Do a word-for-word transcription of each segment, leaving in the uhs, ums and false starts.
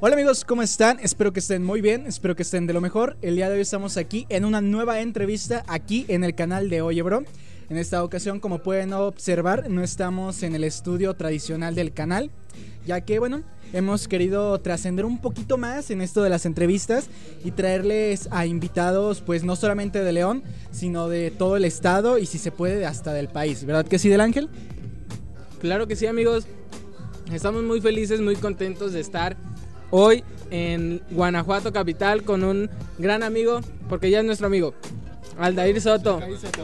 Hola amigos, ¿cómo están? Espero que estén muy bien, espero que estén de lo mejor. El día de hoy estamos aquí en una nueva entrevista aquí en el canal de Oye Bro. En esta ocasión, como pueden observar, no estamos en el estudio tradicional del canal, ya que, bueno, hemos querido trascender un poquito más en esto de las entrevistas y traerles a invitados, pues no solamente de León, sino de todo el estado y si se puede hasta del país, ¿verdad que sí, Del Ángel? Claro que sí, amigos. Estamos muy felices, muy contentos de estar hoy en Guanajuato capital con un gran amigo, porque ya es nuestro amigo, Aldair Soto.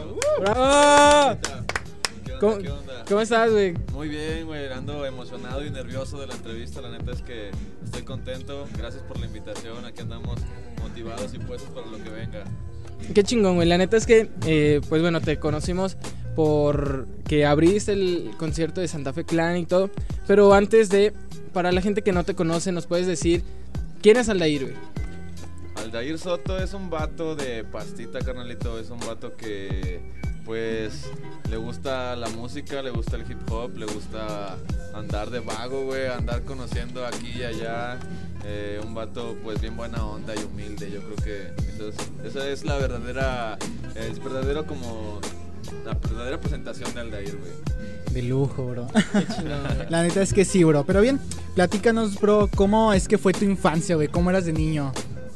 ¡Bravo! ¿Qué onda, ¿Cómo, qué onda? ¿Cómo estás, güey? Muy bien, güey, ando emocionado y nervioso de la entrevista. La neta es que estoy contento. Gracias por la invitación. Aquí andamos motivados y puestos para lo que venga. Qué chingón, güey. La neta es que, eh, pues bueno, te conocimos por que abriste el concierto de Santa Fe Clan y todo. Pero antes de, para la gente que no te conoce, ¿nos puedes decir quién es Aldair, güey? Aldair Soto es un vato de pastita, carnalito. Es un vato que, pues, le gusta la música, le gusta el hip hop, le gusta andar de vago, güey, andar conociendo aquí y allá. Eh, un vato, pues, bien buena onda y humilde. Yo creo que eso es, esa es la verdadera, es verdadero como la verdadera presentación de Aldair, güey. De lujo, bro. La neta es que sí, bro. Pero bien, platícanos, bro, ¿cómo es que fue tu infancia, güey? ¿Cómo eras de niño?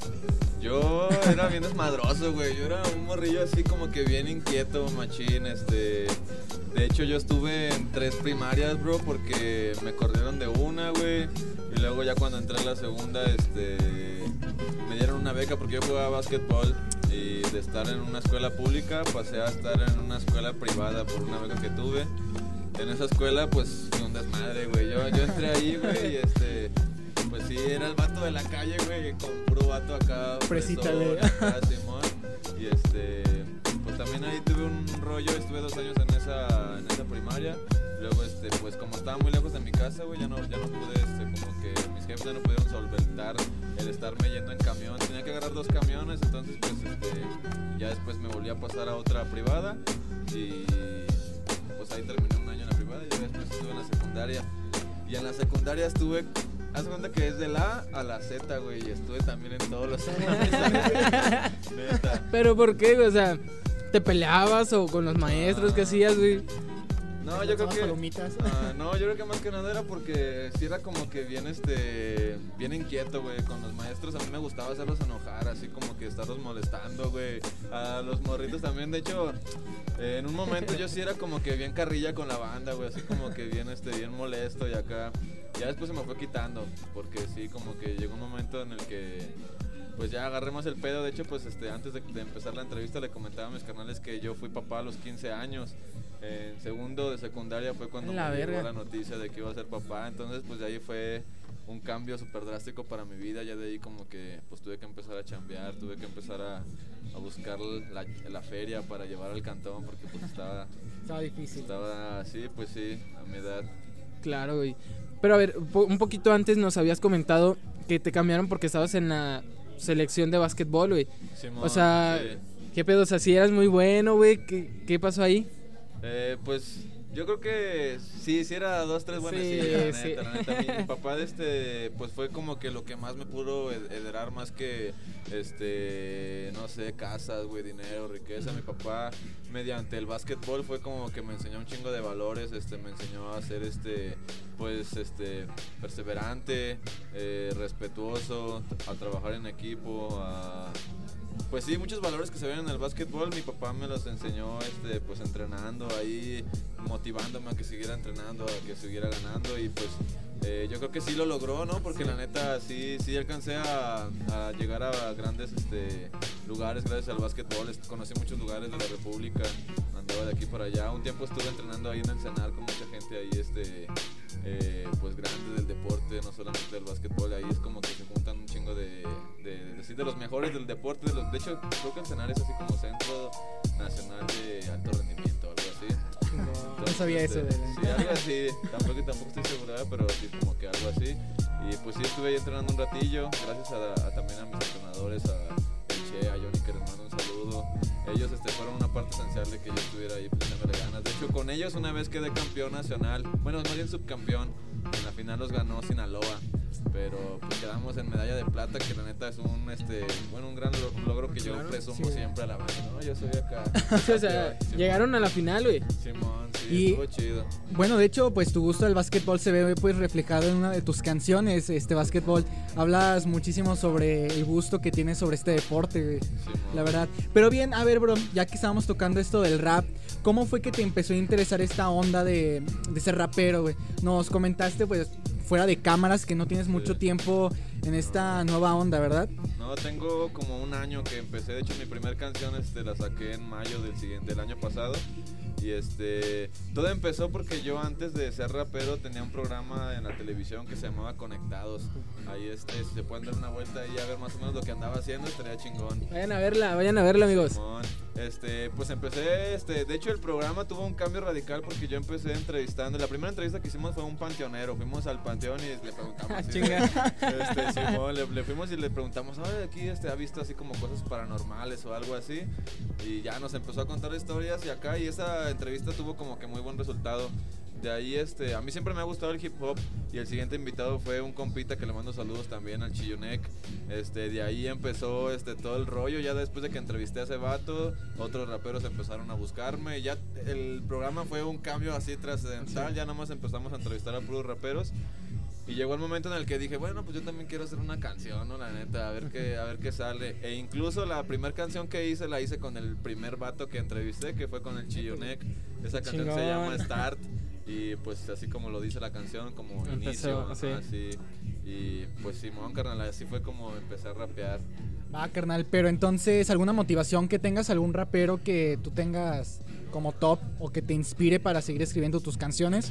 Yo era bien desmadroso, güey. Yo era un morrillo así como que bien inquieto, machín, este... De hecho, yo estuve en tres primarias, bro, porque me corrieron de una, güey. Y luego ya cuando entré a la segunda, este... me dieron una beca porque yo jugaba básquetbol. Y de estar en una escuela pública, pasé a estar en una escuela privada por una beca que tuve. En esa escuela, pues, fue un desmadre, güey. Yo, yo entré ahí, güey, y este... Pues sí, era el vato de la calle, güey, con puro vato acá. Fresita, fresón, güey. acá, Simón. Y este, pues también ahí tuve un rollo, estuve dos años en esa, en esa primaria. Luego, este, pues como estaba muy lejos de mi casa, güey, ya no, ya no pude, este, como que mis jefes ya no pudieron solventar el estarme yendo en camión. Tenía que agarrar dos camiones, entonces, pues, este, ya después me volví a pasar a otra privada. Y pues ahí terminé un año en la privada y ya después estuve en la secundaria. Y en la secundaria estuve... Haz cuenta que es de la A a la Z, güey, y estuve también en todos los Neta. ¿Pero por qué, güey? O sea, ¿te peleabas o con los maestros? ¿Qué hacías, güey? No, yo creo que Palomitas. uh, no, yo creo que más que nada era porque sí era como que bien este bien inquieto, güey, con los maestros. A mí me gustaba hacerlos enojar, así como que estarlos molestando, güey. A los morritos también, de hecho, eh, en un momento yo sí era como que bien carrilla con la banda, güey, así como que bien este bien molesto y acá. Ya después se me fue quitando, porque sí, como que llegó un momento en el que pues ya agarré más el pedo. De hecho, pues este antes de, de empezar la entrevista le comentaba a mis carnales que yo fui papá a los quince años. En segundo de secundaria fue cuando La me verga. llegó la noticia de que iba a ser papá. Entonces, pues de ahí fue un cambio súper drástico para mi vida. Ya de ahí como que pues tuve que empezar a chambear, tuve que empezar a, a buscar la, la feria para llevar al cantón, porque pues estaba... Estaba difícil. Estaba así, pues sí, a mi edad. Claro, güey. Pero a ver, po- un poquito antes nos habías comentado que te cambiaron porque estabas en la selección de básquetbol, güey. Simón, O sea, sí. ¿qué pedo? O sea, si eras muy bueno, güey, ¿qué, qué pasó ahí? Eh, pues yo creo que sí, sí era dos, tres buenas. Sí, Sí, la sí. neta, la neta. Mi, mi papá, de este, pues fue como que lo que más me pudo heredar más que, este, no sé, casas, güey, dinero, riqueza. Mi papá, mediante el básquetbol, fue como que me enseñó un chingo de valores, este, me enseñó a ser, este, pues, este, perseverante, eh, respetuoso, a trabajar en equipo, a... Pues sí, muchos valores que se ven en el básquetbol, mi papá me los enseñó, este, pues entrenando ahí, motivándome a que siguiera entrenando, a que siguiera ganando y pues eh, yo creo que sí lo logró, ¿no? Porque la neta sí, sí alcancé a, a llegar a grandes este, lugares gracias al básquetbol. Conocí muchos lugares de la República, andaba de aquí para allá. Un tiempo estuve entrenando ahí en Encenar con mucha gente ahí, este, eh, pues grande del deporte, no solamente del básquetbol. Ahí es como que se juntan un chingo de, de, de, de, de los mejores del deporte. De, los, de hecho, creo que Encenar es así como Centro Nacional de Alto Rendimiento, algo así. No, no sabía este, eso. De... Sí, algo así. Tampoco, tampoco estoy seguro, pero sí, como que algo así. Y pues sí, estuve ahí entrenando un ratillo, gracias a, a también a mis entrenadores, a Che, a Johnny, que les mando un saludo. Ellos este, fueron una parte esencial de que yo estuviera ahí echándole ganas. De hecho, con ellos una vez quedé campeón nacional, bueno, más bien subcampeón. En la final los ganó Sinaloa. pero pues quedamos en medalla de plata, que la neta es un, este, bueno, un gran lo- logro que yo Claro, presumo sí. siempre a la banda, ¿no? Yo soy acá. O sea, Simón, llegaron a la final, güey. Simón, sí, Y- estuvo chido. Bueno, de hecho, pues tu gusto del básquetbol se ve pues reflejado en una de tus canciones, este básquetbol. Hablas muchísimo sobre el gusto que tienes sobre este deporte, güey, Simón. la verdad. Pero bien, a ver, bro, ya que estábamos tocando esto del rap, ¿cómo fue que te empezó a interesar esta onda de, de ser rapero, güey? Nos comentaste, pues, fuera de cámaras que no tienes mucho Sí. tiempo en esta nueva onda, ¿verdad? No, tengo como un año que empecé. De hecho, mi primer canción este, la saqué en mayo del siguiente, del año pasado. Y este, todo empezó porque yo antes de ser rapero tenía un programa en la televisión que se llamaba Conectados. Ahí este, si se pueden dar una vuelta ahí a ver más o menos lo que andaba haciendo, estaría chingón. Vayan a verla, vayan a verla, amigos. Simón. Este, pues empecé, este, de hecho el programa tuvo un cambio radical porque yo empecé entrevistando. La primera entrevista que hicimos fue un panteonero. Fuimos al panteón y le preguntamos. así de- Chinga. este, Simón, le, le fuimos y le preguntamos, oye, aquí este, ha visto así como cosas paranormales o algo así. Y ya nos empezó a contar historias y acá, y esa entrevista tuvo como que muy buen resultado. De ahí, este, a mí siempre me ha gustado el hip hop y el siguiente invitado fue un compita que le mando saludos también al Chillonec. Este, de ahí empezó este, todo el rollo, ya después de que entrevisté a ese vato, otros raperos empezaron a buscarme y ya el programa fue un cambio así trascendental, ya nomás empezamos a entrevistar a puros raperos. Y llegó el momento en el que dije, bueno, pues yo también quiero hacer una canción, ¿no? La neta, a ver qué, a ver qué sale. E incluso la primera canción que hice, la hice con el primer vato que entrevisté, que fue con el Chillonec. Esa canción Chingón. se llama Start. Y pues así como lo dice la canción, como Empezó, inicio, sí. ajá, sí. Y pues Simón, carnal, así fue como empecé a rapear. Va, carnal, pero entonces, ¿alguna motivación que tengas, algún rapero que tú tengas como top o que te inspire para seguir escribiendo tus canciones?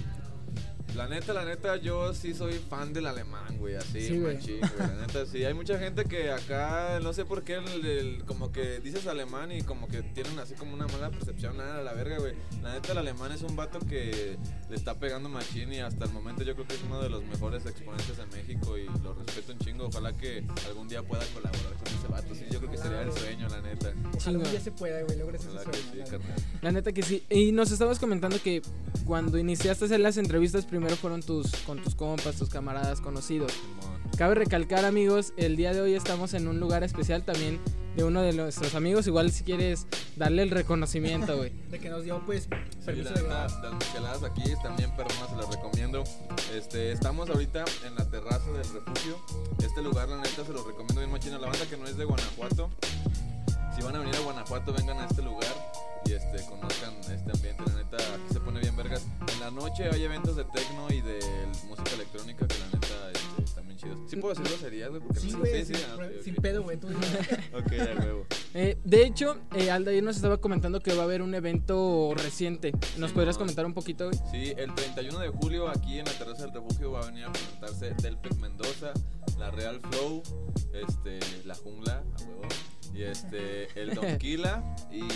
La neta, la neta, yo sí soy fan del alemán, güey, así, Sí, güey. machín, güey, la neta, sí. Hay mucha gente que acá, no sé por qué, el, el- como que dices alemán y como que tienen así como una mala percepción, nada, a la verga, güey. La neta, el alemán es un vato que le está pegando machín y hasta el momento yo creo que es uno de los mejores exponentes en México y lo respeto un chingo. Ojalá que algún día pueda colaborar con ese vato, sí, yo creo que sería el sueño, la neta. Ojalá un Chinga. día se pueda, güey, logres ese Ojalá que sueño, sí, la carnal. La neta que sí. Y nos estabas comentando que cuando iniciaste a hacer las entrevistas, primero fueron tus con tus compas, tus camaradas conocidos. Simón. Cabe recalcar, amigos, el día de hoy estamos en un lugar especial también de uno de nuestros amigos. Igual si quieres darle el reconocimiento, güey. De que nos dio, pues, Sí, permiso la de neta, grabar. las micheladas aquí también perronas, se las recomiendo. Este, estamos ahorita en la terraza del refugio. Este lugar, la neta, se los recomiendo bien machina. La banda que no es de Guanajuato, si van a venir a Guanajuato, vengan a este lugar y este, conozcan este ambiente. La neta, aquí se pone bien vergas. En la noche hay eventos de techno y de música electrónica que la neta este, están bien chidos. ¿Sí puedo decir groserías, güey? Porque Sí, no- güey, sí, sin, ah, ok, sin ok. pedo, güey. Tú Ok, a huevo. Eh, de hecho, eh, Aldair nos estaba comentando que va a haber un evento reciente. ¿Nos Sí, podrías no. comentar un poquito, güey? Sí, el treinta y uno de julio aquí en la terraza del refugio va a venir a presentarse Delpec Mendoza, la Real Flow, este, la Jungla, a huevo, y este, el Donquila,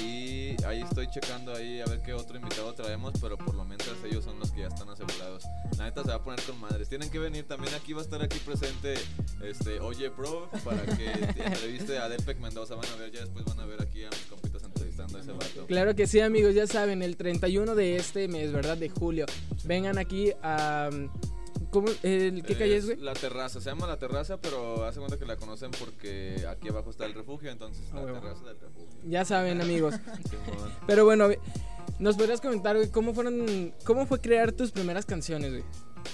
y ahí estoy checando ahí a ver qué otro invitado traemos, pero por lo mientras ellos son los que ya están asegurados. La neta se va a poner con madres. Tienen que venir también, aquí va a estar aquí presente este Oye Bro para que entreviste a Delpec Mendoza. Van a ver, ya después van a ver aquí a mis compitas entrevistando a ese vato. Claro que sí, amigos, ya saben, el treinta y uno de este mes, ¿verdad? De julio. Vengan aquí a... ¿Cómo? El, ¿Qué calle es, güey? La Terraza, se llama La Terraza, pero hace cuenta que la conocen porque aquí abajo está el refugio, entonces Ah, La huevo. Terraza del refugio. Ya saben, amigos. Simón. Pero bueno, ¿nos podrías comentar, güey, cómo fueron... ¿Cómo fue crear tus primeras canciones, güey?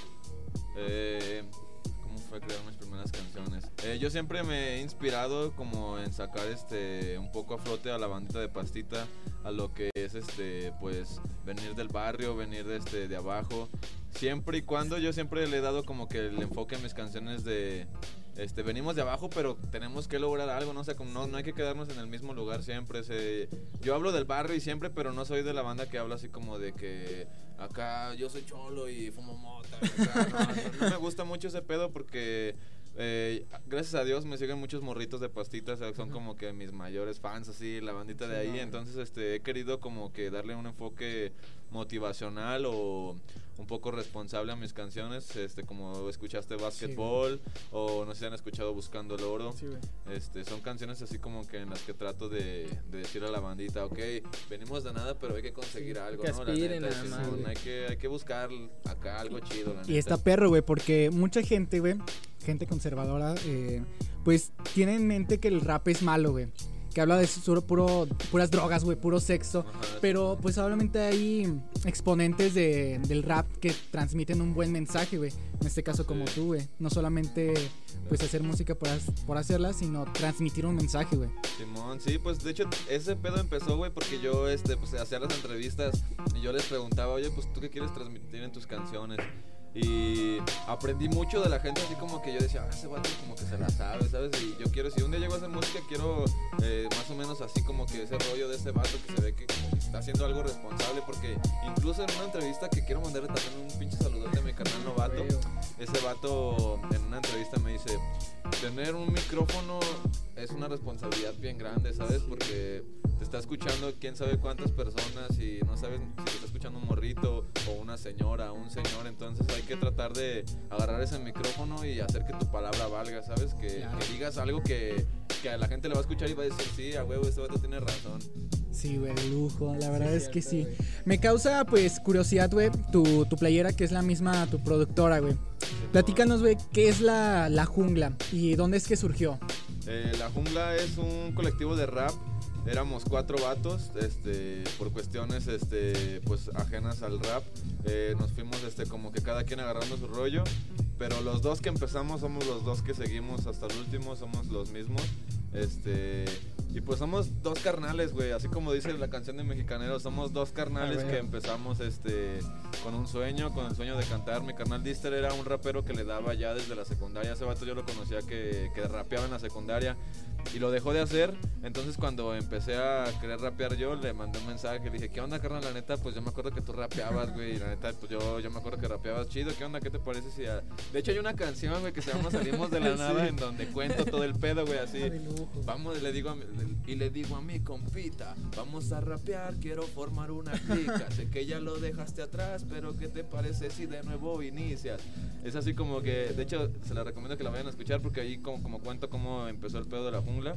Eh, ¿Cómo fue crear mis primeras canciones? Eh, yo siempre me he inspirado como en sacar este un poco a flote a la bandita de Pastita, a lo que es este pues venir del barrio, venir de este de abajo. Siempre y cuando yo siempre le he dado como que el enfoque a mis canciones de este venimos de abajo, pero tenemos que lograr algo, no sé, como no, no hay que quedarnos en el mismo lugar siempre. Se, yo hablo del barrio y siempre, pero no soy de la banda que habla así como de que acá yo soy cholo y fumo mota. y acá, no, no, no me gusta mucho ese pedo porque eh, gracias a Dios me siguen muchos morritos de Pastitas, o sea, son como que mis mayores fans, así, la bandita de ahí. Entonces este he querido como que darle un enfoque motivacional o un poco responsable a mis canciones, este como escuchaste Basketball, o no sé si han escuchado Buscando el Oro. Sí, güey. Este, son canciones así como que en las que trato de, de decir a la bandita, ok, venimos de nada, pero hay que conseguir Sí, algo, que ¿no? aspiren La neta, nada más, Simón, güey. hay que, hay que buscar acá algo chido, la Y neta. está perro, güey, porque mucha gente, güey, gente conservadora, eh, pues tiene en mente que el rap es malo, güey. Que habla de solo puro, puras drogas, güey, puro sexo. Ajá, pero pues obviamente hay exponentes de, del rap que transmiten un buen mensaje, güey. En este caso como sí. tú, güey. No solamente pues hacer música por, por hacerla, sino transmitir un mensaje, güey. Simón, sí, pues de hecho ese pedo empezó, güey, porque yo este, pues, hacía las entrevistas y yo les preguntaba, oye, pues tú qué quieres transmitir en tus canciones. Y aprendí mucho de la gente, así como que yo decía, ah, ese vato como que se la sabe, ¿sabes? Y yo quiero, si un día llego a hacer música, quiero eh, más o menos así como que ese rollo de ese vato que se ve que como que está haciendo algo responsable. Porque incluso en una entrevista que quiero mandarle también un pinche saludote a mi carnal Novato, ese vato en una entrevista me dice, tener un micrófono es una responsabilidad bien grande, ¿sabes? Porque te está escuchando quién sabe cuántas personas y no sabes si te está escuchando un morrito o una señora, un señor. Entonces hay que tratar de agarrar ese micrófono y hacer que tu palabra valga, ¿sabes? Que, claro. que digas algo que, que a la gente le va a escuchar y va a decir, sí, a huevo, este vato tiene razón. Sí, güey, de lujo, la verdad sí, es que sí. Wey. Me causa, pues, curiosidad, güey, tu, tu playera, que es la misma, tu productora, güey. Platícanos, güey, ¿qué es la, la Jungla y dónde es que surgió? Eh, la Jungla es un colectivo de rap. Éramos cuatro vatos, este, por cuestiones, este, pues, ajenas al rap. Eh, nos fuimos, este, como que cada quien agarrando su rollo. Pero los dos que empezamos somos los dos que seguimos hasta el último, somos los mismos. Este, y pues somos dos carnales, güey, así como dice la canción de Mexicanero, somos dos carnales ah, que empezamos este con un sueño, con el sueño de cantar. Mi carnal Dister era un rapero que le daba ya desde la secundaria, ese vato yo lo conocía que, que rapeaba en la secundaria y lo dejó de hacer. Entonces cuando empecé a querer rapear yo, le mandé un mensaje, le dije, ¿qué onda, carnal? La neta, pues yo me acuerdo que tú rapeabas, güey, y la neta, pues yo, yo me acuerdo que rapeabas chido, ¿qué onda? ¿Qué te parece si a... De hecho hay una canción, güey, que se llama Salimos de la Nada, sí. en donde cuento todo el pedo, güey, así. Vamos, le digo a mi, y le digo a mi compita, vamos a rapear, quiero formar una clica. Sé que ya lo dejaste atrás, pero ¿qué te parece si de nuevo inicias? Es así como que, de hecho, se la recomiendo que la vayan a escuchar porque ahí como, como cuento cómo empezó el pedo de la Jungla.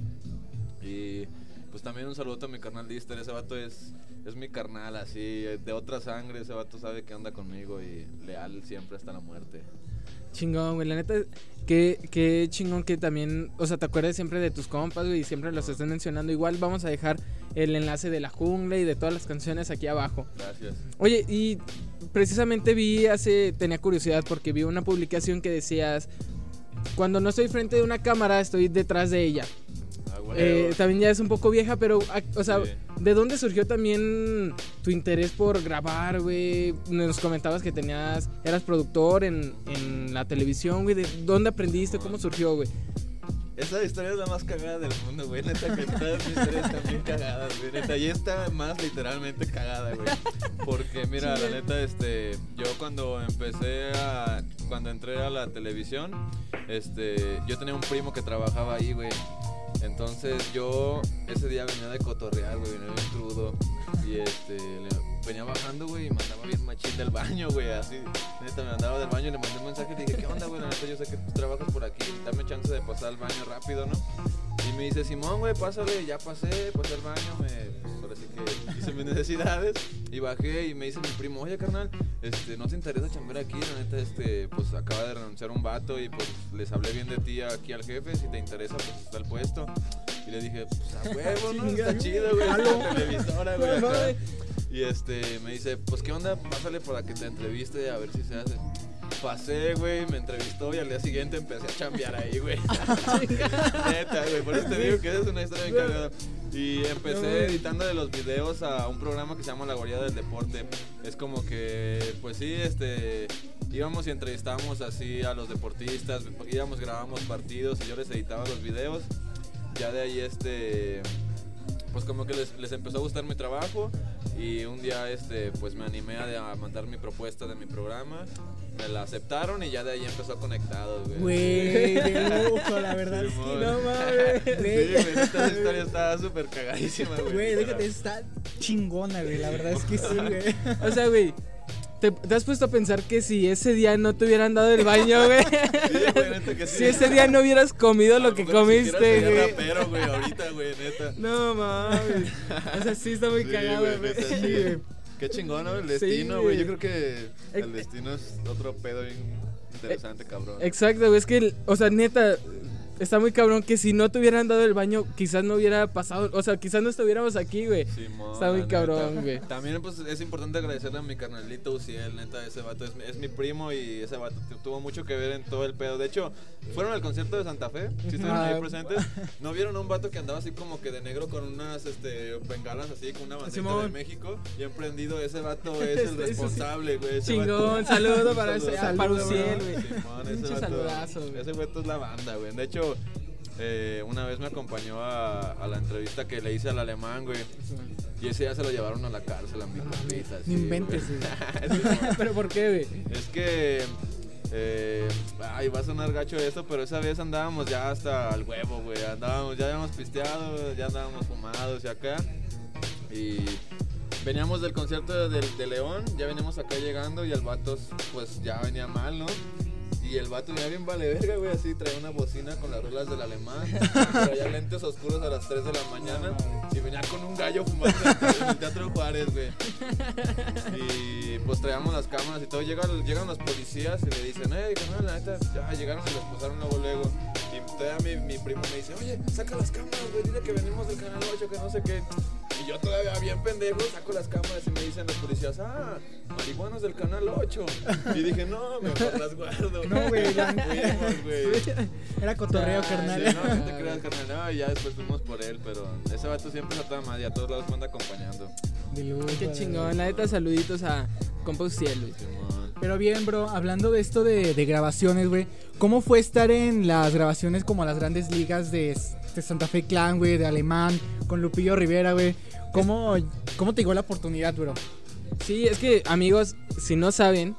Y pues también un saludo a mi carnal Lister, ese vato es, es mi carnal, así, de otra sangre, ese vato sabe que anda conmigo y leal siempre hasta la muerte. Chingón, güey, la neta, qué, qué chingón que también, o sea, te acuerdas siempre de tus compas, güey, y siempre los estén mencionando. Igual vamos a dejar el enlace de la Jungla y de todas las canciones aquí abajo. Gracias. Oye, y precisamente vi hace, tenía curiosidad porque vi una publicación que decías, cuando no estoy frente de una cámara, estoy detrás de ella. Eh, también ya es un poco vieja, pero, o sea, sí. ¿de dónde surgió también tu interés por grabar, güey? Nos comentabas que tenías, eras productor en, en la televisión, güey. ¿De dónde aprendiste? ¿Cómo surgió, güey? Esa historia es la más cagada del mundo, güey. Neta, que todas mis historias están bien cagadas, güey. Neta, y esta más literalmente cagada, güey. Porque, mira, sí, la neta, este, yo cuando empecé a, cuando entré a la televisión, este, yo tenía un primo que trabajaba ahí, güey. Entonces yo ese día venía de cotorrear, güey, venía bien crudo. Y este, le, venía bajando, güey, y me andaba bien machín del baño, güey, así. Neta, me andaba del baño y le mandé un mensaje y le dije, ¿qué onda, güey? La neta, yo sé que tú trabajas por aquí, dame chance de pasar al baño rápido, ¿no? Y me dice, Simón, güey, pásale, ya pasé, pasé al baño, me, pues ahora sí que hice mis necesidades. Y bajé y me dice mi primo, oye, carnal, este, ¿no te interesa chambear aquí? La neta, este, pues acaba de renunciar un vato y pues les hablé bien de ti aquí al jefe, si te interesa, pues está el puesto. Y le dije, pues a huevo, ¿no? Está chido, güey, es la televisora, güey, acá. Y este, me dice, pues qué onda, pásale para que te entreviste a ver si se hace. Pasé, güey, me entrevistó y al día siguiente empecé a chambear ahí, güey. Neta, güey, por eso te digo que esa es una historia bien cagada. Y empecé editando de los videos a un programa que se llama La Guarida del Deporte. Es como que, pues sí, este, íbamos y entrevistábamos así a los deportistas, íbamos, grabábamos partidos y yo les editaba los videos. Ya de ahí, este, pues como que les, les empezó a gustar mi trabajo y un día, este, pues me animé a, a mandar mi propuesta de mi programa. Me la aceptaron y ya de ahí empezó Conectados, güey. Güey, de lujo, la verdad. Sí, es que no mames. Sí, güey, esta historia estaba súper cagadísima, güey. Güey, déjate, está chingona, güey. La verdad es que sí, güey. O sea, güey, ¿te, ¿te has puesto a pensar que si ese día no te hubieran dado el baño, güey? Sí, güey, neta que sí. Si ese día no hubieras comido no, lo que comiste, güey. Güey. rapero, güey, ahorita, güey, neta. No mames. O sea, sí está muy sí, cagado, güey. Sí, güey. Qué chingón, ¿no? El destino, güey. Sí, yo creo que el destino es otro pedo bien, Interesante, cabrón. Exacto, güey, es que, o sea, neta, está muy cabrón que si no te hubieran dado el baño, quizás no hubiera pasado, o sea, quizás no estuviéramos aquí, güey. Simón, Está muy la cabrón, neta. güey. También, pues, es importante agradecerle a mi carnalito Uciel, neta, ese vato es, mi- es mi primo y ese vato tu- tuvo mucho que ver en todo el pedo. De hecho, fueron al concierto de Santa Fe, si estuvieron Ah. ahí presentes. ¿No vieron a un vato que andaba así como que de negro con unas, este, bengalas así, con una bandera Simón. de México? Y emprendido, ese vato es el Eso sí. responsable, güey. ese Chingón, vato- saludo para ese, Saludo, para bro. Uciel, güey. Simón, ese Pinche vato- saludazo, güey. Ese vato es la banda, güey. De hecho, eh, una vez me acompañó a, a la entrevista que le hice al alemán, güey. Y ese día se lo llevaron a la cárcel a mi compita. No inventes, güey. Pero ¿por qué, güey? Es que, eh, ay, va a sonar gacho esto, pero esa vez andábamos ya hasta el huevo, güey. Andábamos, ya habíamos pisteado, ya andábamos fumados y acá. Y veníamos del concierto de, de León, ya veníamos acá llegando y el vato, pues ya venía mal, ¿no? Y el vato venía bien vale verga, güey, así traía una bocina con las rolas del alemán, traía lentes oscuros a las tres de la mañana y venía con un gallo fumando en el Teatro Juárez, güey. Y pues traíamos las cámaras y todo, llegan, llegan los policías y le dicen, eh, carnal, la neta, ya llegaron y los posaron luego luego. Y todavía mi, mi primo me dice, oye, saca las cámaras, güey, dile que venimos del Canal ocho, que no sé qué. Y yo todavía bien pendejo, saco las cámaras y me dicen los policías, ah, marihuanos del Canal ocho. Y dije, no, mejor las guardo. No, güey, ya- Fuimos, güey. Era cotorreo, Ah, carnal. Sí, no, no te creas, carnal. No, y ya después fuimos por él, pero ese vato siempre está toda madre y a todos lados me anda acompañando. De lujo, Qué de chingón, lujo. la neta, saluditos a compa Uciel, güey. Simón. Pero bien, bro, hablando de esto de, de grabaciones, güey, ¿cómo fue estar en las grabaciones como las grandes ligas de, de Santa Fe Clan, güey, de Alemán, con Lupillo Rivera, güey? ¿Cómo, ¿Cómo te llegó la oportunidad, bro? Sí, es que, amigos, si no saben,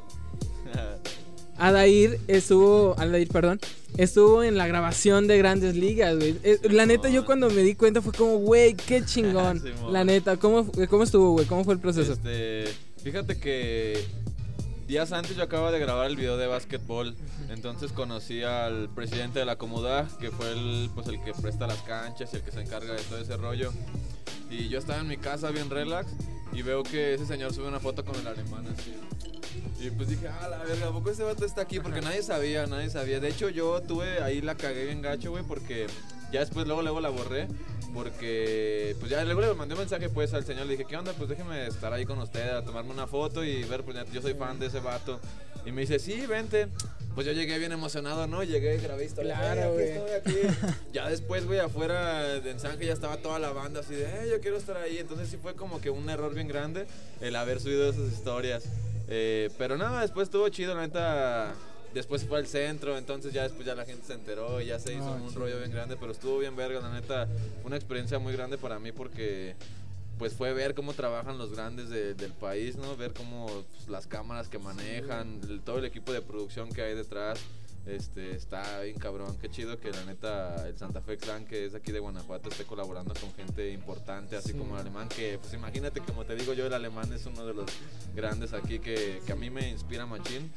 Adair estuvo, Adair, perdón, estuvo en la grabación de Grandes Ligas, güey. Eh, La neta, yo cuando me di cuenta fue como, güey, qué chingón. Simón. La neta, ¿cómo, cómo estuvo, güey? ¿Cómo fue el proceso? Este, fíjate que días antes yo acababa de grabar el video de básquetbol, entonces conocí al presidente de la Comudá, que fue el, pues, el que presta las canchas y el que se encarga de todo ese rollo. Y yo estaba en mi casa bien relax y veo que ese señor sube una foto con el alemán así. Y pues dije, ah, la verga, ¿a poco ese vato está aquí? Porque nadie sabía, nadie sabía. De hecho, yo tuve, ahí la cagué bien gacho, güey, porque ya después luego, luego la borré. Porque, pues ya luego le mandé un mensaje pues al señor, le dije, ¿qué onda? Pues déjeme estar ahí con usted, a tomarme una foto y ver, pues ya- yo soy fan de ese vato. Y me dice, sí, vente. Pues yo llegué bien emocionado, ¿no? Llegué, grabé historia. Claro, "Eh, güey. aquí estoy, aquí". Ya después, güey, afuera de Ensanje ya estaba toda la banda así de, eh, yo quiero estar ahí. Entonces sí fue como que un error bien grande el haber subido esas historias. Eh, pero nada, después estuvo chido, la neta. Después fue al centro, entonces ya después ya la gente se enteró y ya se hizo Ah, un chido. rollo bien grande, pero estuvo bien verga, la neta. Fue una experiencia muy grande para mí porque pues fue ver cómo trabajan los grandes de- del país, ¿no? Ver cómo pues, las cámaras que manejan, el- todo el equipo de producción que hay detrás. Este, está bien cabrón, qué chido que la neta el Santa Fe Clan, que es aquí de Guanajuato, esté colaborando con gente importante, así Sí. como el alemán, que pues imagínate, como te digo yo, el alemán es uno de los grandes aquí que, que a mí me inspira machín.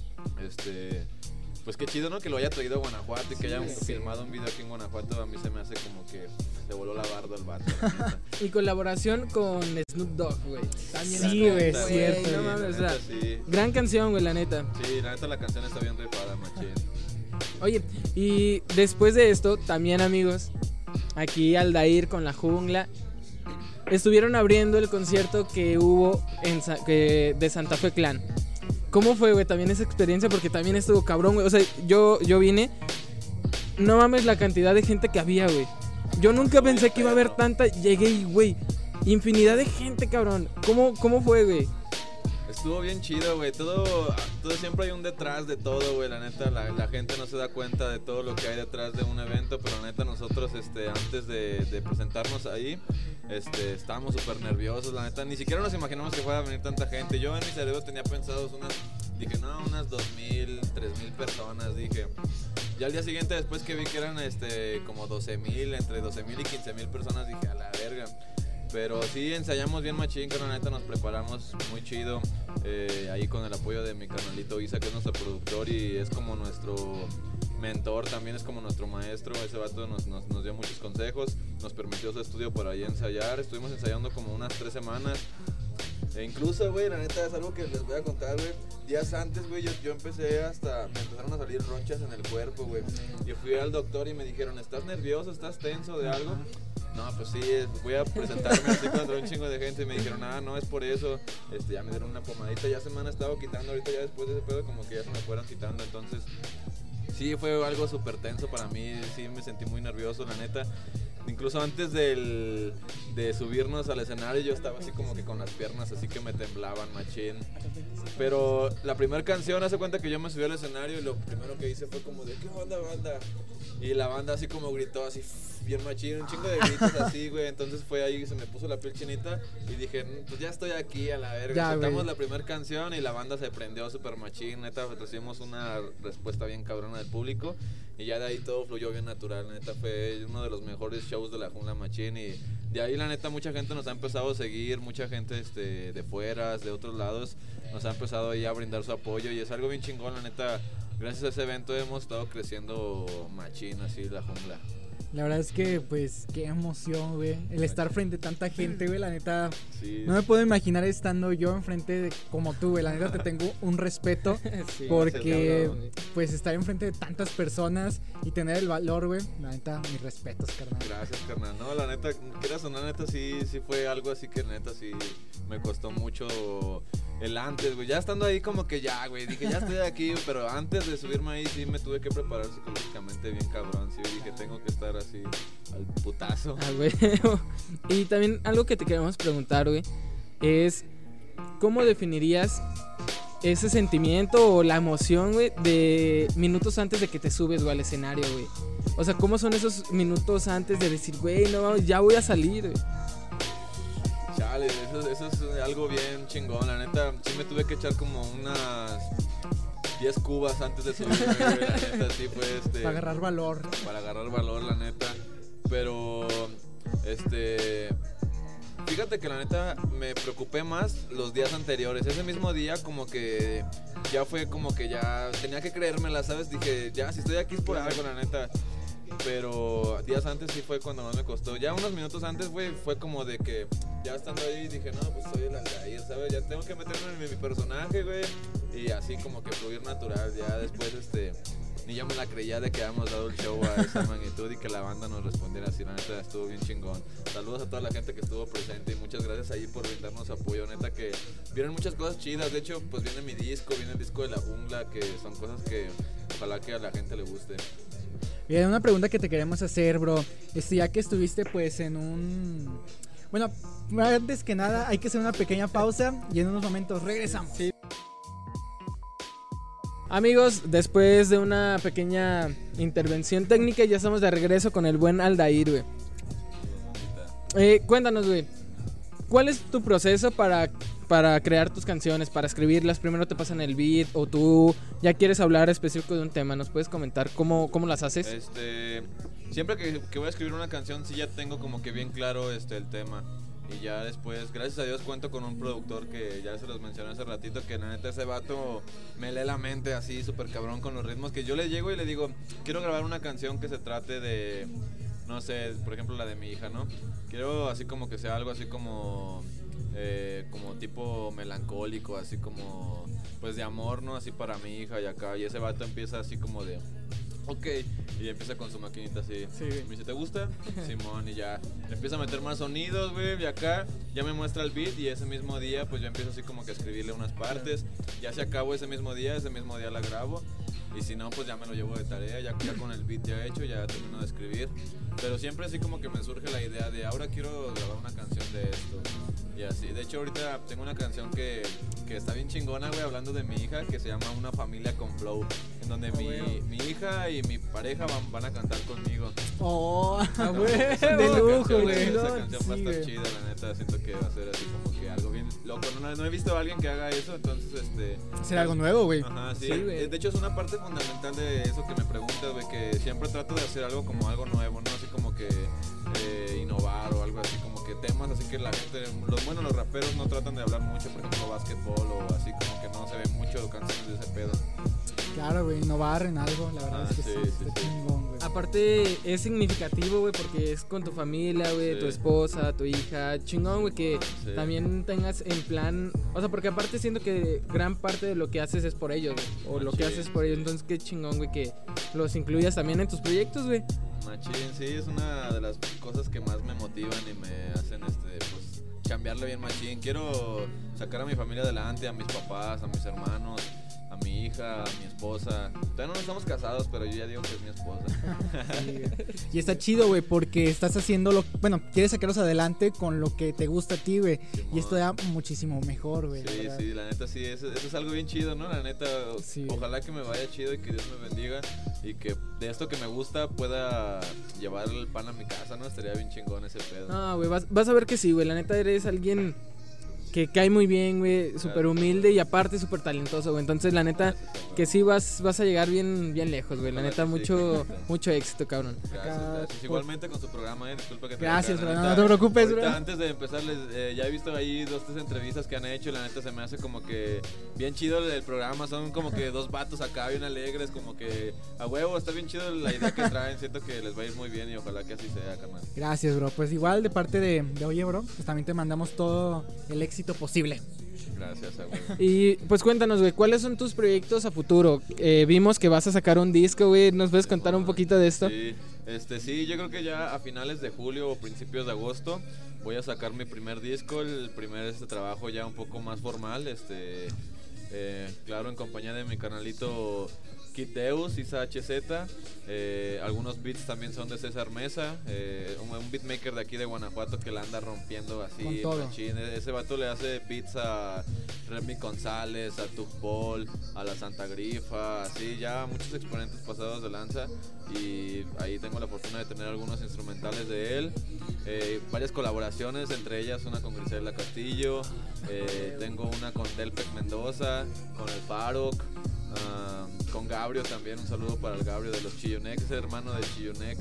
Este, pues qué chido, ¿no? Que lo haya traído a Guanajuato y que hayan sí. filmado un video aquí en Guanajuato, a mí se me hace como que se voló la barda el vato, la neta. Y colaboración con Snoop Dogg, güey. También Sí, es como, güey, La es cierto, neta, no sí, mames, la o sea, neta, sí. gran canción, güey, la neta. Sí, la neta la canción está bien ripada, machín. Oye, y después de esto, también, amigos, aquí Aldair con La Jungla estuvieron abriendo el concierto que hubo en Sa- que, de Santa Fe Clan. ¿Cómo fue, güey? También esa experiencia, porque también estuvo cabrón, güey. O sea, yo, yo vine, no mames la cantidad de gente que había, güey. Yo nunca pensé que iba a haber tanta. Llegué y, güey, infinidad de gente, cabrón. ¿Cómo, cómo fue, güey? Estuvo bien chido, güey. Todo, todo siempre hay un detrás de todo, güey. La neta, la, la gente no se da cuenta de todo lo que hay detrás de un evento, pero la neta nosotros, este, antes de, de presentarnos ahí, este, estábamos súper nerviosos. La neta, ni siquiera nos imaginamos que fuera a venir tanta gente. Yo en mi cerebro tenía pensados unas, dije, no, unas dos mil, tres mil personas, dije. Ya al día siguiente, después que vi que eran, este, como doce mil, entre doce mil y quince mil personas, dije, a la verga. Pero sí, ensayamos bien machín, que la neta nos preparamos muy chido, eh, ahí con el apoyo de mi carnalito Isa, que es nuestro productor y es como nuestro mentor, también es como nuestro maestro. Ese vato nos, nos, nos dio muchos consejos, nos permitió su estudio por ahí ensayar, estuvimos ensayando como unas tres semanas. E incluso, güey, la neta es algo que les voy a contar, güey. Días antes, güey, yo, yo empecé hasta, me empezaron a salir ronchas en el cuerpo, güey. Yo fui al doctor y me dijeron, ¿estás nervioso? ¿Estás tenso de algo? No, pues sí, voy a presentarme así contra un chingo de gente y me dijeron, ah, no, es por eso. Este, ya me dieron una pomadita, ya se me han estado quitando, ahorita ya después de ese pedo como que ya se me fueron quitando, entonces... Sí, fue algo súper tenso para mí, sí me sentí muy nervioso, la neta. Incluso antes del, de subirnos al escenario yo estaba así como que con las piernas así que me temblaban, machín. Pero la primera canción, hace cuenta que yo me subí al escenario y lo primero que hice fue como de ¿qué onda, banda? Y la banda así como gritó así bien machín, un chingo de gritos así, güey. Entonces fue ahí que se me puso la piel chinita y dije, pues ya estoy aquí a la verga. Soltamos la primera canción y la banda se prendió súper machín, neta, recibimos una respuesta bien cabrona del público y ya de ahí todo fluyó bien natural, neta, fue uno de los mejores shows de la Jungla Machín y de ahí la neta mucha gente nos ha empezado a seguir, mucha gente este, de fuera, de otros lados, nos ha empezado ahí a brindar su apoyo y es algo bien chingón, la neta. Gracias a ese evento hemos estado creciendo machín, así, la Jungla. La verdad es que, pues, qué emoción, güey. El estar frente a tanta gente, güey, la neta. Sí. No me puedo imaginar estando yo enfrente de como tú, güey. La neta te tengo un respeto. Sí, porque, hablado, pues, estar enfrente de tantas personas y tener el valor, güey. La neta, mis respetos, carnal. Gracias, carnal. No, la neta, quieras o no, la neta, sí, sí fue algo así que, neta, sí me costó mucho el antes, güey. Ya estando ahí, como que ya, güey. Dije, ya estoy aquí, pero antes de subirme ahí, sí me tuve que preparar psicológicamente bien cabrón. Sí, dije, tengo que estar así al putazo. Ah, güey. Y también algo que te queremos preguntar, güey, es ¿cómo definirías ese sentimiento o la emoción, güey, de minutos antes de que te subes, güey, al escenario, güey? O sea, ¿cómo son esos minutos antes de decir, güey, no, ya voy a salir, güey? Chale, eso, eso es algo bien chingón, la neta, sí me tuve que echar como unas diez cubas antes de subirme, güey, la neta, sí fue este... Para agarrar valor. Para agarrar valor, la neta, pero, este... Fíjate que la neta me preocupé más los días anteriores. Ese mismo día como que ya fue como que ya tenía que creérmela, ¿sabes? Dije, ya, si estoy aquí es por algo, la neta. Pero días antes sí fue cuando más me costó. Ya unos minutos antes, güey, fue como de que ya estando ahí dije, no, pues soy el Aldair, ¿sabes? Ya tengo que meterme en mi, mi personaje, güey. Y así como que fluir natural. Ya después, este... Ni yo me la creía de que habíamos dado el show a esa magnitud y que la banda nos respondiera así, la neta estuvo bien chingón. Saludos a toda la gente que estuvo presente y muchas gracias ahí por brindarnos apoyo, neta que vieron muchas cosas chidas, de hecho pues viene mi disco, viene el disco de La Jungla, que son cosas que ojalá que a la gente le guste. Bien, una pregunta que te queremos hacer, bro, este, ya que estuviste pues en un... Bueno, antes que nada hay que hacer una pequeña pausa y en unos momentos regresamos. Sí. Amigos, después de una pequeña intervención técnica ya estamos de regreso con el buen Aldair, güey. Eh, cuéntanos, güey, ¿cuál es tu proceso para, para crear tus canciones, para escribirlas? Primero te pasan el beat o tú ya quieres hablar específico de un tema. ¿Nos puedes comentar cómo, cómo las haces? Este, siempre que, que voy a escribir una canción sí ya tengo como que bien claro este, el tema. Y ya después, gracias a Dios, cuento con un productor que ya se los mencioné hace ratito, que la neta ese vato me lee la mente así súper cabrón con los ritmos, que yo le llego y le digo, quiero grabar una canción que se trate de, no sé, por ejemplo la de mi hija, ¿no? Quiero así como que sea algo así como, eh, como tipo melancólico, así como, pues de amor, ¿no? Así para mi hija y acá, y ese vato empieza así como de... Ok, y empieza con su maquinita así. Sí. Me dice, ¿te gusta? Simón, y ya empieza a meter más sonidos, güey, y acá ya me muestra el beat y ese mismo día pues yo empiezo así como que a escribirle unas partes. Ya se acabó ese mismo día, ese mismo día la grabo. Y si no, pues ya me lo llevo de tarea, ya, ya con el beat ya hecho, ya termino de escribir. Pero siempre así como que me surge la idea de ahora quiero grabar una canción de esto. Y así, de hecho ahorita tengo una canción que, que está bien chingona, güey, hablando de mi hija, que se llama Una Familia con Flow, en donde oh, mi, bueno. mi hija y mi pareja van, van a cantar conmigo. Oh, güey, de lujo, güey. Esa canción sí, va a estar chida, la neta, siento que va a ser así como que algo bien loco. No, no he visto a alguien que haga eso, entonces este... Será algo nuevo, güey. Ajá, sí, sí, de hecho es una parte fundamental de eso que me preguntas, güey, que siempre trato de hacer algo como algo nuevo, ¿no? Así como que eh, innovar o algo así, como que temas así que la gente, los bueno, los raperos no tratan de hablar mucho, por ejemplo, básquetbol o así como que no se ve mucho canciones de ese pedo. Claro, güey, innovar en algo, la verdad Ah, es que sí, sí, sí, está sí. chingón, güey. Aparte es significativo, güey, porque es con tu familia, güey, Sí. tu esposa, tu hija, chingón, güey, que Sí. también tengas en plan, o sea, porque aparte siento que gran parte de lo que haces es por ellos, güey, o lo que Machín, haces por ellos, sí. entonces qué chingón, güey, que los incluyas también en tus proyectos, güey. Machín, sí, es una de las cosas que más me motivan y me hacen, este, pues, chambearle bien machín. Quiero sacar a mi familia adelante, a mis papás, a mis hermanos, a mi hija, a mi esposa. Todavía no estamos casados, pero yo ya digo que es mi esposa. Sí, güey. Y está chido, güey, porque estás haciendo lo, bueno, quieres sacarlos adelante con lo que te gusta a ti, güey. Simón. Y esto da muchísimo mejor, güey. la Sí, verdad. sí, la neta sí, eso, eso es algo bien chido, ¿no? La neta, Sí. ojalá que me vaya chido y que Dios me bendiga y que de esto que me gusta pueda llevar el pan a mi casa, ¿no? Estaría bien chingón ese pedo. No, güey, vas, vas a ver que sí, güey, la neta eres alguien que cae muy bien, güey, súper humilde y aparte súper talentoso, güey, entonces la neta Gracias, güey. que sí vas, vas a llegar bien, bien lejos, güey, la Ojalá neta que sí, mucho, que sí. mucho éxito, cabrón. Gracias, Acá, gracias. por- Igualmente con su programa, eh. Disculpa que te Gracias, acá, la bro, neta, no te preocupes, ahorita, bro. Antes de empezar, les, eh, ya he visto ahí dos, tres entrevistas que han hecho y la neta se me hace como que bien chido el, el programa. Son como que dos vatos acá bien alegres, como que a huevo, está bien chido la idea que traen. Siento que les va a ir muy bien y ojalá que así sea, carnal. Gracias, bro. Pues igual de parte de, de Oye, bro, pues también te mandamos todo el éxito posible. Gracias, a huevo. Y pues cuéntanos, güey, ¿cuáles son tus proyectos a futuro? Eh, vimos que vas a sacar un disco, güey, ¿nos puedes contar un poquito de esto? Sí, este, sí, yo creo que ya a finales de julio o principios de agosto voy a sacar mi primer disco, el primer este trabajo ya un poco más formal, este, eh, claro, en compañía de mi canalito Kid Deus, Isa H Z, eh, algunos beats también son de César Mesa, eh, un, un beatmaker de aquí de Guanajuato que la anda rompiendo así, Con todo. machín. E- ese vato le hace beats a Remy González, a Tug Ball, a la Santa Grifa, así ya muchos exponentes pasados de lanza y ahí tengo la fortuna de tener algunos instrumentales de él, eh, varias colaboraciones, entre ellas una con Griselda Castillo, eh, tengo una con Delpec Mendoza, con el Farok, ah, con Gabrio también, un saludo para el Gabrio de los Chillonec, es el hermano de Chillonec.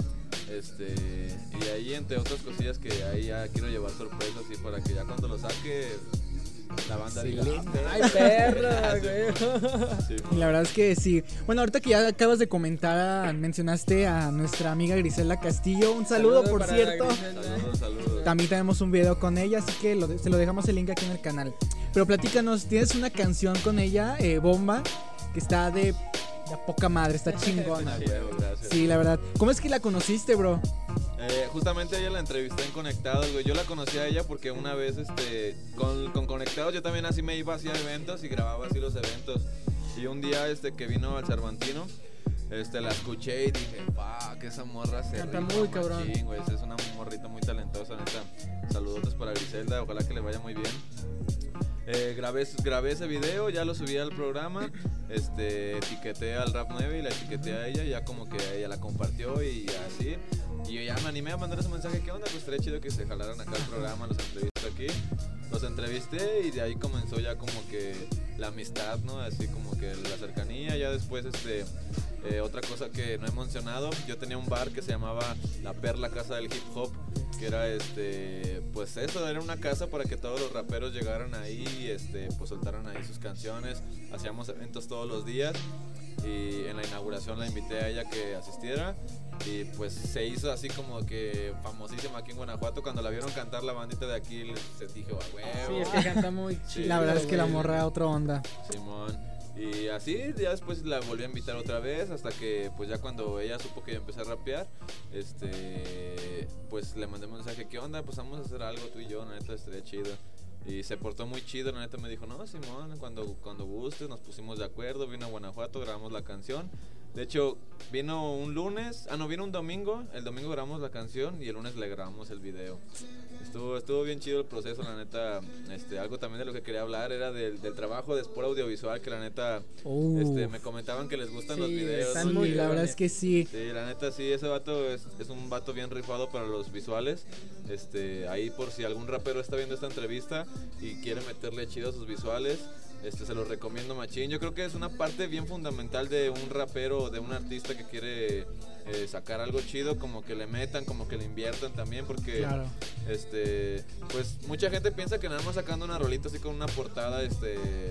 Este, y ahí entre otras cosillas que ahí ya quiero llevar sorpresas y para que ya cuando lo saque la banda diga Excelente. "Ah, Ay, perra, güey. sí, Y la verdad es que sí. Bueno, ahorita que ya acabas de comentar, mencionaste a nuestra amiga Griselda Castillo. Un saludo, por para cierto. Griselda. saludos, saludos. También tenemos un video con ella, así que lo, de- se lo dejamos el link aquí en el canal. Pero platícanos, tienes una canción con ella, eh, Bomba, que está de, de a poca madre, está chingona, Ah, güey. huevo, gracias. Sí, la verdad. ¿Cómo es que la conociste, bro? Eh, justamente ella la entrevisté en Conectados, güey. Yo la conocí a ella porque una vez, este, con, con Conectados yo también así me iba hacia eventos y grababa así los eventos. Y un día, este, que vino al Cervantino, este, la escuché y dije, fuck, esa morra se Canta rifa muy cabrón. machín, güey. Es una morrita muy talentosa, neta. Saludotes para Griselda, ojalá que le vaya muy bien. Eh, grabé, grabé ese video, ya lo subí al programa, este, etiqueté al Rap nueve y la etiqueté a ella, ya como que ella la compartió y así. Y yo ya me animé a mandar ese mensaje, ¿qué onda? Pues estaría chido que se jalaran acá al programa, los entrevisté aquí. Los entrevisté y de ahí comenzó ya como que la amistad, ¿no? Así como que la cercanía, ya después este... Eh, otra cosa que no he mencionado, yo tenía un bar que se llamaba La Perla Casa del Hip Hop, que era este, pues eso, era una casa para que todos los raperos llegaran ahí, este, pues soltaran ahí sus canciones, hacíamos eventos todos los días y en la inauguración la invité a ella que asistiera y pues se hizo así como que famosísima aquí en Guanajuato. Cuando la vieron cantar la bandita de aquí les dije, "Ah, huevo". Sí, es que canta muy Sí, chido. La verdad es que la güey. morra otra onda. Simón. Y así, ya después la volví a invitar otra vez, hasta que pues ya cuando ella supo que yo empecé a rapear, este, pues le mandé un mensaje, ¿qué onda? Pues vamos a hacer algo tú y yo, la neta estaría chido. Y se portó muy chido, la neta me dijo, no, Simón, cuando, cuando gustes, nos pusimos de acuerdo, vino a Guanajuato, grabamos la canción. De hecho, vino un lunes, ah no, vino un domingo, el domingo grabamos la canción y el lunes le grabamos el video. Estuvo, estuvo bien chido el proceso, la neta. Este, algo también de lo que quería hablar era del, del trabajo de Sport Audiovisual, que la neta, Uh, este, me comentaban que les gustan Sí, los videos. están sí, ¿no? muy Que- la verdad cabrones. es que sí. Sí, la neta sí, ese vato es, es un vato bien rifado para los visuales. Este, ahí por si algún rapero está viendo esta entrevista y quiere meterle chido a sus visuales, este, se los recomiendo machín. Yo creo que es una parte bien fundamental de un rapero o de un artista que quiere eh, sacar algo chido, como que le metan, como que le inviertan también, porque Claro. este, pues mucha gente piensa que nada más sacando una rolita así con una portada, este,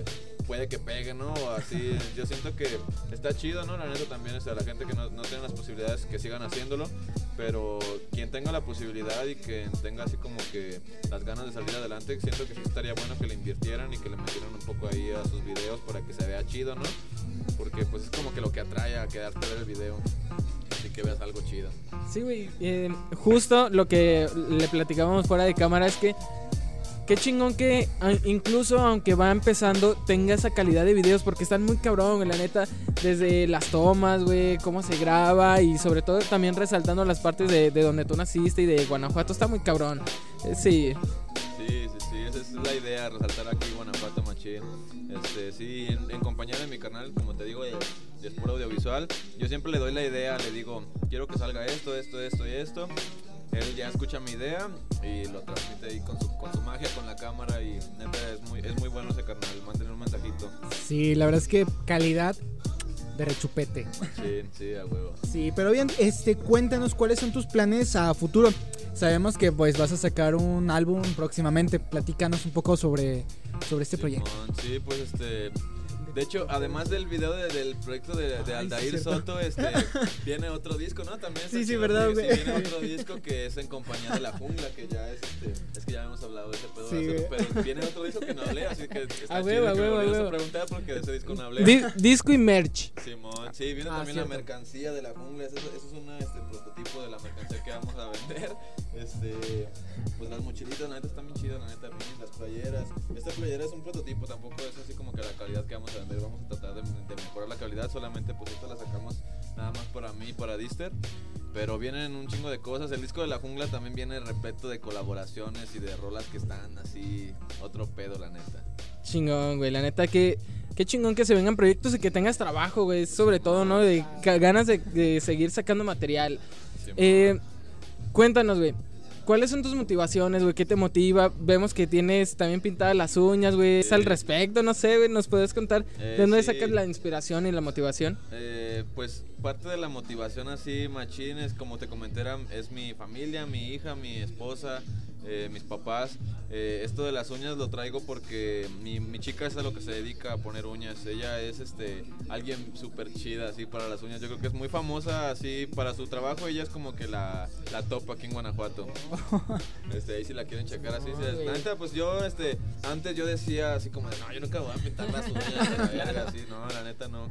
puede que pegue, ¿no? O así, yo siento que está chido, ¿no? La neta también, o sea, la gente que no, no tiene las posibilidades que sigan haciéndolo, pero quien tenga la posibilidad y que tenga así como que las ganas de salir adelante, siento que sí estaría bueno que le invirtieran y que le metieran un poco ahí a sus videos para que se vea chido, ¿no? Porque pues es como que lo que atrae a quedarte a ver el video, así que veas algo chido. Sí, güey, eh, justo lo que le platicábamos fuera de cámara es que qué chingón que incluso aunque va empezando tenga esa calidad de videos, porque están muy cabrón, güey, la neta, desde las tomas, güey, cómo se graba y sobre todo también resaltando las partes de, de donde tú naciste y de Guanajuato, está muy cabrón. Eh, sí. Sí, sí, sí, esa es la idea, resaltar aquí Guanajuato machín. Este, sí, en, en compañía de mi canal, como te digo, de, de Sport Audiovisual, yo siempre le doy la idea, le digo, quiero que salga esto, esto, esto y esto. Él ya escucha mi idea y lo transmite ahí con su, con su magia, con la cámara, y neta es muy, es muy bueno ese carnal, mantener un mensajito. Sí, la verdad es que calidad de rechupete. Sí, sí, a huevo. Sí, pero bien, este, cuéntanos cuáles son tus planes a futuro. Sabemos que pues vas a sacar un álbum próximamente. Platícanos un poco sobre, sobre este Sí, proyecto. mon, sí, pues este... De hecho, además del video de, del proyecto de, de Aldair sí, Soto, este, viene otro disco, ¿no? También está Sí, sí, chido, verdad, porque güey. sí, viene otro disco que es en compañía de La Jungla, que ya es, este, es que ya hemos hablado de ese pedo, Sí, hace- güey. pero viene otro disco que no hablé, así que está A chido huevo, a que me huevo, a volvieras huevo. a preguntar porque de ese disco no hablé. Di- disco y merch. Simón, sí, viene Ah, también cierto. la mercancía de La Jungla, eso, eso es un este, prototipo de la mercancía que vamos a vender. Este, pues las mochilitas, la neta están bien chidas, la neta, minis, las playeras. Esta playera es un prototipo, tampoco es así como que la calidad que vamos a vender, vamos a tratar de, de mejorar la calidad, solamente pues esta la sacamos nada más para mí y para Dister. Pero vienen un chingo de cosas. El disco de La Jungla también viene repleto de colaboraciones y de rolas que están así, otro pedo, la neta. Chingón, güey, la neta que qué chingón que se vengan proyectos y que tengas trabajo, güey, sobre todo, ¿no? De ca- ganas de, de seguir sacando material. Sí, Eh, cuéntanos, güey, ¿cuáles son tus motivaciones, güey? ¿Qué te motiva? Vemos que tienes también pintadas las uñas, güey. ¿Es al respecto? No sé, güey, ¿nos puedes contar Eh, de dónde sí. sacas la inspiración y la motivación? Eh, pues parte de la motivación así, machín, es como te comenté, era- es mi familia, mi hija, mi esposa, eh, mis papás. Eh, esto de las uñas lo traigo porque mi, mi chica es a lo que se dedica a poner uñas. Ella es este alguien súper chida así para las uñas. Yo creo que es muy famosa así para su trabajo. Ella es como que la, la top aquí en Guanajuato. Este, ahí si la quieren checar así. Sí, la neta, pues yo este antes yo decía así como de, no, yo nunca voy a pintar las uñas, la verga, así, no, la neta no.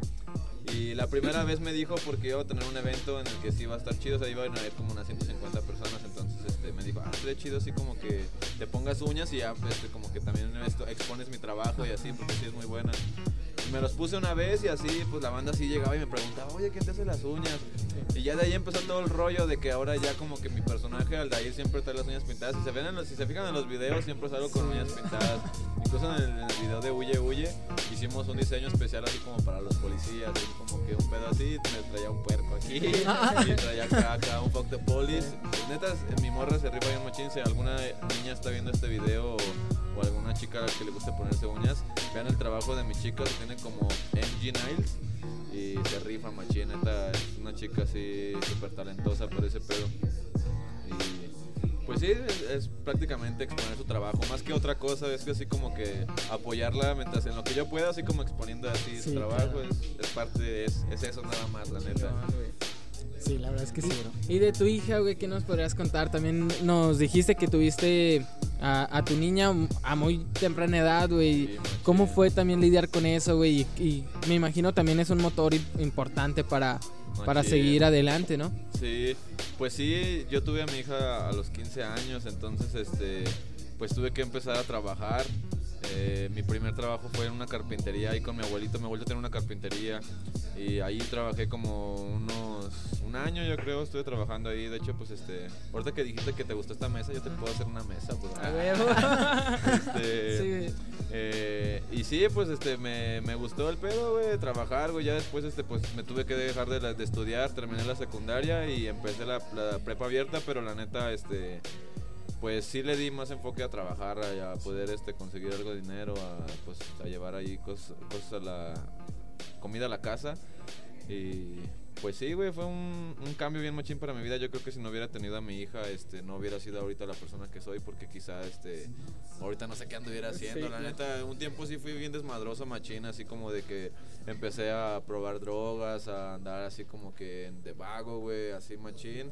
Y la primera vez me dijo porque iba a tener un evento en el que sí iba a estar chido, o sea, iba a ir como unas ciento cincuenta personas, entonces este, me dijo, ah, sería chido así como que te pongas uñas y ya este, como que también esto, expones mi trabajo y así, porque sí es muy buena. Y me los puse una vez y así, pues la banda así llegaba y me preguntaba, oye, ¿quién te hace las uñas? Y ya de ahí empezó todo el rollo de que ahora ya como que mi personaje Aldair siempre trae las uñas pintadas. Si se ven en los, si se fijan en los videos, siempre salgo con uñas pintadas. Incluso en el, en el video de Huye Huye hicimos un diseño especial así como para los policías, así como que un pedo así, me traía un puerco aquí y traía acá, acá un fuck the police. Neta, mi morra se rifa bien machín. Si alguna niña está viendo este video o, o alguna chica a la que le guste ponerse uñas, vean el trabajo de mi chica, que tiene como M G Niles y se rifa machín. Neta, es una chica así súper talentosa por ese pedo. Y pues sí, es, es prácticamente exponer su trabajo. Más que otra cosa, es que así como que apoyarla mientras en lo que yo pueda, así como exponiendo así Sí, su trabajo. claro. Es, es parte, es, es eso nada más, la neta. Sí, la verdad es que sí, bro. Y de tu hija, güey, ¿qué nos podrías contar? También nos dijiste que tuviste a, a tu niña a muy temprana edad, güey. Sí, ¿Cómo machín. fue también lidiar con eso, güey? Y, y me imagino también es un motor i- importante para, para Machín. seguir adelante, ¿no? Sí, pues sí, yo tuve a mi hija a los quince años, entonces este, pues tuve que empezar a trabajar. Eh, mi primer trabajo fue en una carpintería ahí con mi abuelito. Mi abuelito tenía una carpintería y ahí trabajé como unos un año, yo creo, estuve trabajando ahí. De hecho, pues este, ahorita que dijiste que te gustó esta mesa, yo te puedo hacer una mesa, pues. A huevo. Este, Sí, güey. eh, y sí, pues este, me, me gustó el pedo, güey, trabajar, güey. Ya después, este, pues me tuve que dejar de, la- de estudiar, terminé la secundaria y empecé la, la prepa abierta, pero la neta, este, pues sí le di más enfoque a trabajar, a, a poder, este, conseguir algo de dinero, a, pues, a llevar ahí cosas, cosas a la comida a la casa y pues sí, güey, fue un, un cambio bien machín para mi vida. Yo creo que si no hubiera tenido a mi hija, este, no hubiera sido ahorita la persona que soy, porque quizá, este, ahorita no sé qué anduviera haciendo. Sí, la claro. neta, un tiempo sí fui bien desmadroso, machín, así como de que empecé a probar drogas, a andar así como que de vago, güey, así machín.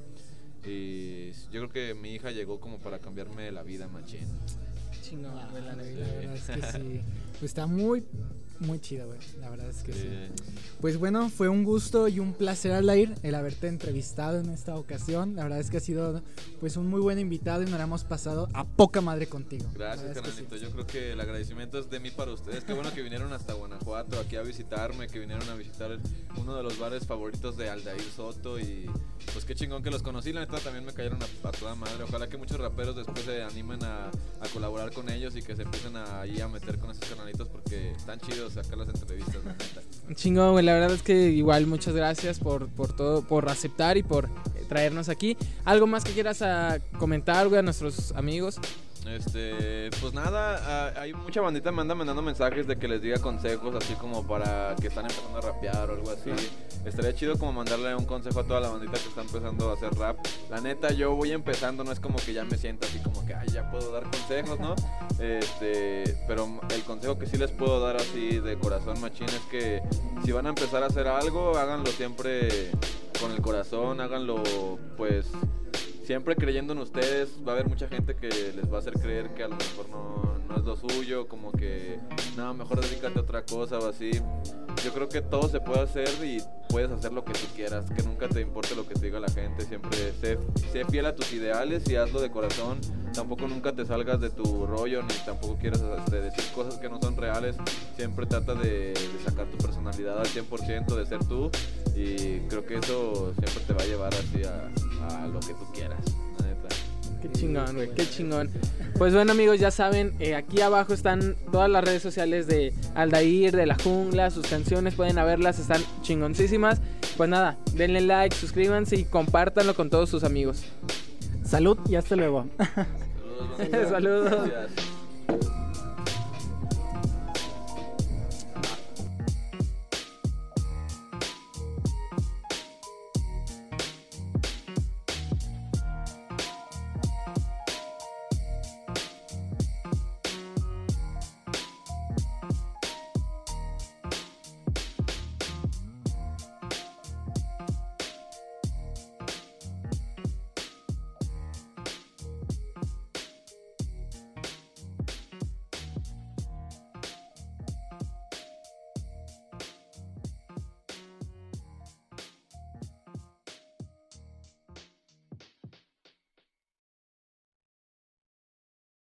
Y yo creo que mi hija llegó como para cambiarme la vida, machín. Chingón, güey, la Ah, neta. la verdad es que sí. Pues está muy, muy chido, güey. La verdad es que sí. Eh, Pues bueno, fue un gusto y un placer, Aldair, el haberte entrevistado en esta ocasión. La verdad es que ha sido pues un muy buen invitado y nos la hemos pasado a poca madre contigo. La Gracias, verdad es que carnalito. sí. Yo creo que el agradecimiento es de mí para ustedes. Qué bueno que vinieron hasta Guanajuato aquí a visitarme, que vinieron a visitar el- uno de los bares favoritos de Aldair Soto. Y pues qué chingón que los conocí. La neta también me cayeron a, a toda madre. Ojalá que muchos raperos después se animen a, a colaborar con ellos y que se empiecen a, ahí a meter con esos carnalitos porque están chidos sacar las entrevistas, la neta. Chingón, güey, la verdad es que igual muchas gracias por, por todo, por aceptar y por eh, traernos aquí. ¿Algo más que quieras ah, comentar, güey, a nuestros amigos? Este, pues nada, ah, hay mucha bandita me anda mandando mensajes de que les diga consejos así como para que están empezando a rapear o algo así. Estaría chido como mandarle un consejo a toda la bandita que está empezando a hacer rap. La neta, yo voy empezando, no es como que ya me siento así como que ay, ya puedo dar consejos, ¿no? Este, pero el consejo que sí les puedo dar así de corazón machín es que si van a empezar a hacer algo, háganlo siempre con el corazón, háganlo pues siempre creyendo en ustedes. Va a haber mucha gente que les va a hacer creer que a lo mejor no, no es lo suyo, como que no, mejor dedícate a otra cosa o así. Yo creo que todo se puede hacer y puedes hacer lo que tú quieras, que nunca te importe lo que te diga la gente. Siempre sé, sé fiel a tus ideales y hazlo de corazón. Tampoco nunca te salgas de tu rollo ni tampoco quieras este, decir cosas que no son reales. Siempre trata de, de sacar tu personalidad al cien por ciento, de ser tú, y creo que eso siempre te va a llevar así a, a lo que tú quieras, la neta. Qué chingón, güey, qué chingón. Pues bueno, amigos, ya saben, eh, aquí abajo están todas las redes sociales de Aldair, de La Jungla, sus canciones, pueden verlas, están chingoncísimas. Pues nada, denle like, suscríbanse y compártanlo con todos sus amigos. Salud y hasta luego. Saludos, Saludos. Gracias.